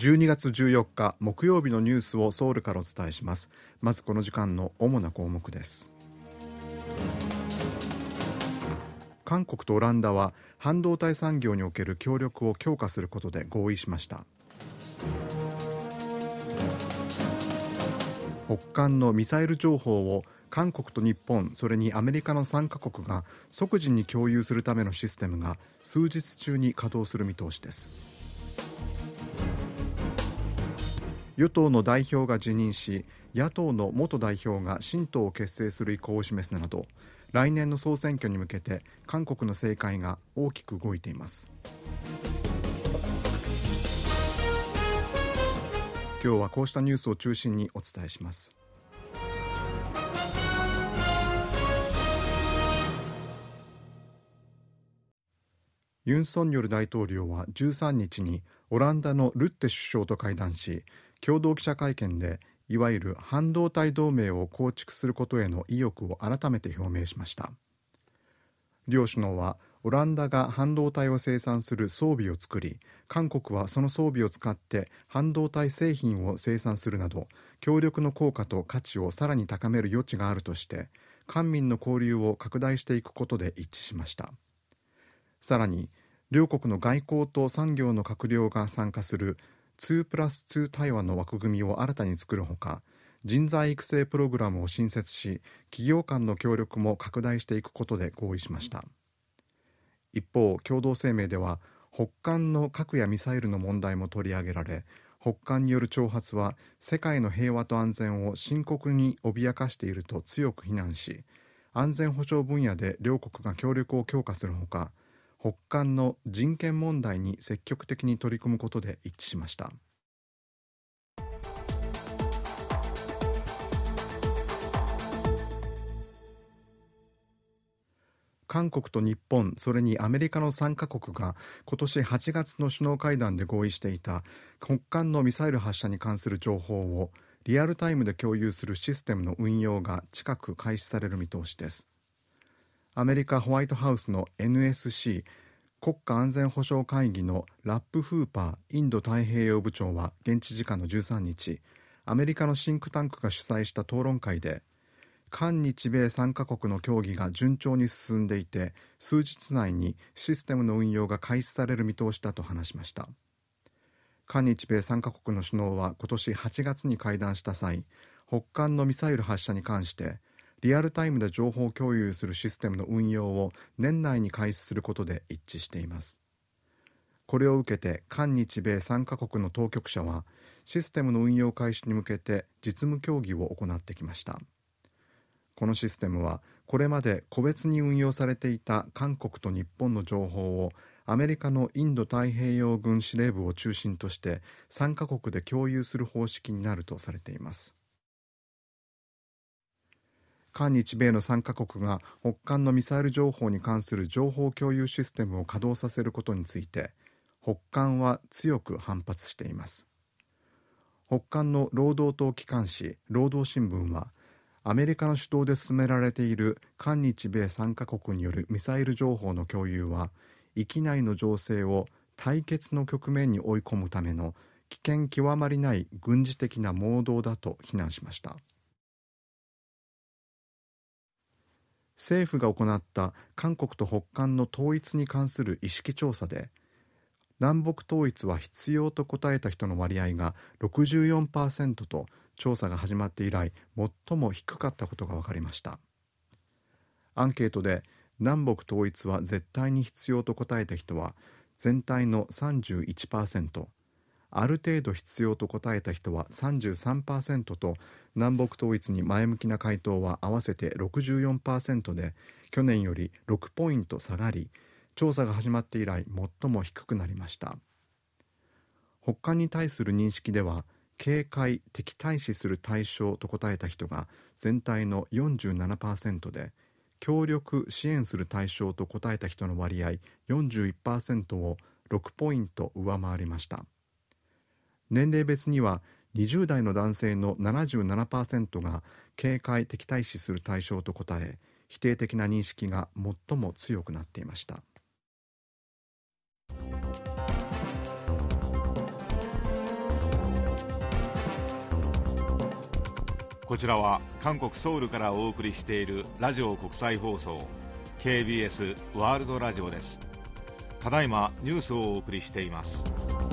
12月14日木曜日のニュースをソウルからお伝えします。まずこの時間の主な項目です。韓国とオランダは半導体産業における協力を強化することで合意しました。北韓のミサイル情報を韓国と日本、それにアメリカの3カ国が即時に共有するためのシステムが数日中に稼働する見通しです。与党の代表が辞任し、野党の元代表が新党を結成する意向を示すなど、来年の総選挙に向けて韓国の政界が大きく動いています。今日はこうしたニュースを中心にお伝えします。ユン・ソンニョル大統領は13日にオランダのルッテ首相と会談し、共同記者会見でいわゆる半導体同盟を構築することへの意欲を改めて表明しました。両首脳はオランダが半導体を生産する装備を作り、韓国はその装備を使って半導体製品を生産するなど、協力の効果と価値をさらに高める余地があるとして、官民の交流を拡大していくことで一致しました。さらに両国の外交と産業の閣僚が参加する2+2対話の枠組みを新たに作るほか、人材育成プログラムを新設し、企業間の協力も拡大していくことで合意しました。一方、共同声明では北韓の核やミサイルの問題も取り上げられ、北韓による挑発は世界の平和と安全を深刻に脅かしていると強く非難し、安全保障分野で両国が協力を強化するほか、北韓の人権問題に積極的に取り組むことで一致しました。韓国と日本、それにアメリカの3カ国が今年8月の首脳会談で合意していた北韓のミサイル発射に関する情報をリアルタイムで共有するシステムの運用が近く開始される見通しです。アメリカホワイトハウスの NSC 国家安全保障会議のラップ・フーパーインド太平洋部長は現地時間の13日、アメリカのシンクタンクが主催した討論会で、韓日米3カ国の協議が順調に進んでいて、数日内にシステムの運用が開始される見通しだと話しました。韓日米3カ国の首脳は今年8月に会談した際、北韓のミサイル発射に関してリアルタイムで情報共有するシステムの運用を年内に開始することで一致しています。これを受けて韓日米3カ国の当局者はシステムの運用開始に向けて実務協議を行ってきました。このシステムはこれまで個別に運用されていた韓国と日本の情報をアメリカのインド太平洋軍司令部を中心として3カ国で共有する方式になるとされています。韓日米の3カ国が北韓のミサイル情報に関する情報共有システムを稼働させることについて、北韓は強く反発しています。北韓の労働党機関紙労働新聞は、アメリカの主導で進められている韓日米3カ国によるミサイル情報の共有は、域内の情勢を対決の局面に追い込むための危険極まりない軍事的な妄動だと非難しました。政府が行った韓国と北韓の統一に関する意識調査で、南北統一は必要と答えた人の割合が 64% と調査が始まって以来最も低かったことが分かりました。アンケートで南北統一は絶対に必要と答えた人は全体の 31%、ある程度必要と答えた人は 33% と、南北統一に前向きな回答は合わせて 64% で、去年より6ポイント下がり、調査が始まって以来最も低くなりました。北韓に対する認識では、警戒・敵対視する対象と答えた人が全体の 47% で、協力・支援する対象と答えた人の割合 41% を6ポイント上回りました。年齢別には20代の男性の 77% が警戒・敵対視する対象と答え、否定的な認識が最も強くなっていました。 こちらは韓国ソウルからお送りしているラジオ国際放送 KBS ワールドラジオです。ただいまニュースをお送りしています。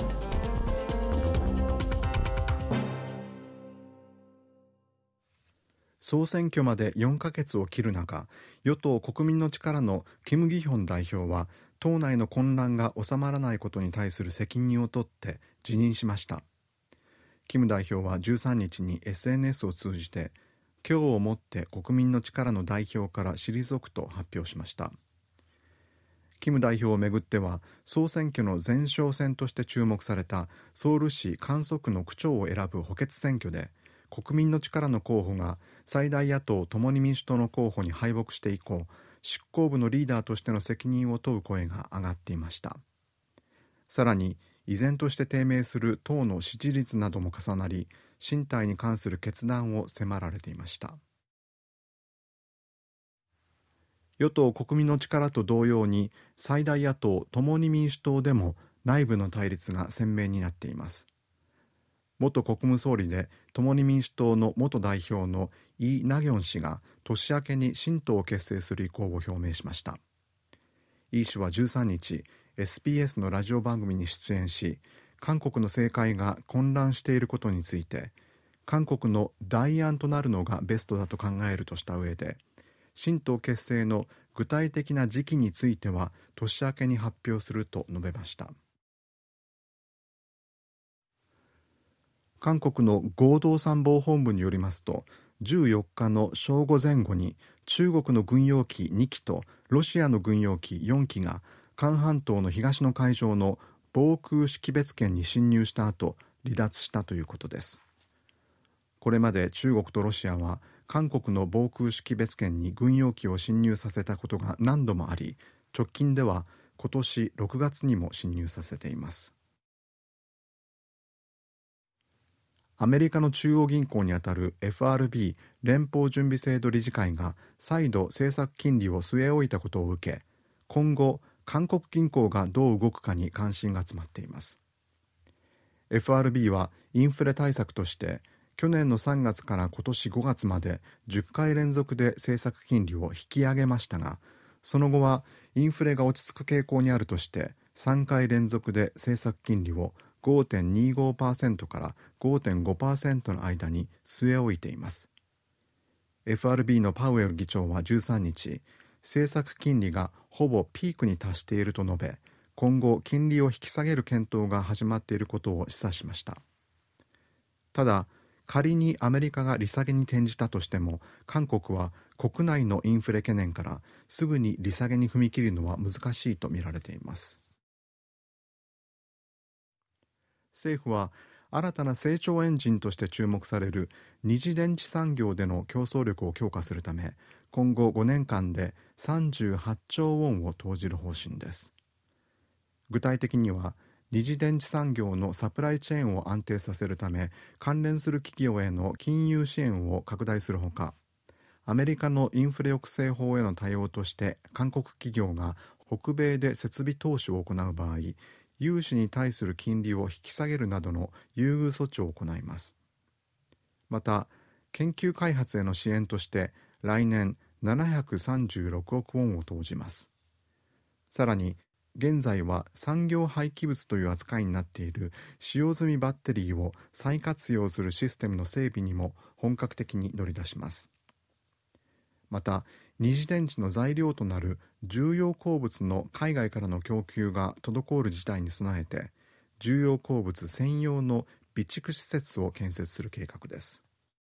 総選挙まで4ヶ月を切る中、与党国民の力のキム・ギヒョン代表は党内の混乱が収まらないことに対する責任を取って辞任しました。キム代表は13日に SNS を通じて、今日をもって国民の力の代表から退くと発表しました。キム代表をめぐっては、総選挙の前哨戦として注目されたソウル市甘肅区の区長を選ぶ補欠選挙で、国民の力の候補が最大野党共に民主党の候補に敗北して以降、執行部のリーダーとしての責任を問う声が上がっていました。さらに依然として低迷する党の支持率なども重なり、進退に関する決断を迫られていました。与党国民の力と同様に最大野党共に民主党でも内部の対立が鮮明になっています。元国務総理で共に民主党の元代表のイ・ナギョン氏が年明けに新党を結成する意向を表明しました。イ氏は13日、SBS のラジオ番組に出演し、韓国の政界が混乱していることについて、韓国の代案となるのがベストだと考えるとした上で、新党結成の具体的な時期については年明けに発表すると述べました。韓国の合同参謀本部によりますと、14日の正午前後に中国の軍用機2機とロシアの軍用機4機が韓半島の東の海上の防空識別圏に侵入した後、離脱したということです。これまで中国とロシアは韓国の防空識別圏に軍用機を侵入させたことが何度もあり、直近では今年6月にも侵入させています。アメリカの中央銀行にあたる FRB 連邦準備制度理事会が再度政策金利を据え置いたことを受け、今後韓国銀行がどう動くかに関心が集まっています。 FRB はインフレ対策として去年の3月から今年5月まで10回連続で政策金利を引き上げましたが、その後はインフレが落ち着く傾向にあるとして3回連続で政策金利を 5.25% から 5.5% の間に据え置いています。 FRB のパウエル議長は13日、政策金利がほぼピークに達していると述べ、今後金利を引き下げる検討が始まっていることを示唆しました。ただ、仮にアメリカが利下げに転じたとしても、韓国は国内のインフレ懸念からすぐに利下げに踏み切るのは難しいと見られています。政府は新たな成長エンジンとして注目される二次電池産業での競争力を強化するため、今後5年間で38兆ウォンを投じる方針です。具体的には、二次電池産業のサプライチェーンを安定させるため、関連する企業への金融支援を拡大するほか、アメリカのインフレ抑制法への対応として韓国企業が北米で設備投資を行う場合、融資に対する金利を引き下げるなどの優遇措置を行います。また、研究開発への支援として来年736億ウォンを投じます。さらに、現在は産業廃棄物という扱いになっている使用済みバッテリーを再活用するシステムの整備にも本格的に乗り出します。また、二次電池の材料となる重要鉱物の海外からの供給が滞る事態に備えて、重要鉱物専用の備蓄施設を建設する計画です。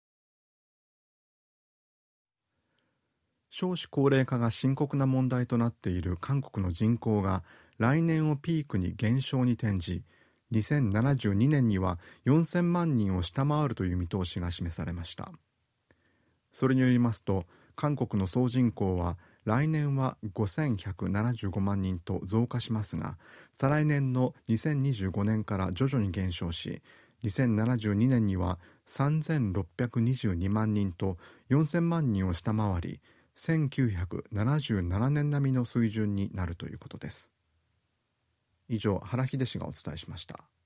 少子高齢化が深刻な問題となっている韓国の人口が来年をピークに減少に転じ、2072年には4000万人を下回るという見通しが示されました。それによりますと、韓国の総人口は来年は5175万人と増加しますが、再来年の2025年から徐々に減少し、2072年には3622万人と4000万人を下回り、1977年並みの水準になるということです。以上、原秀氏がお伝えしました。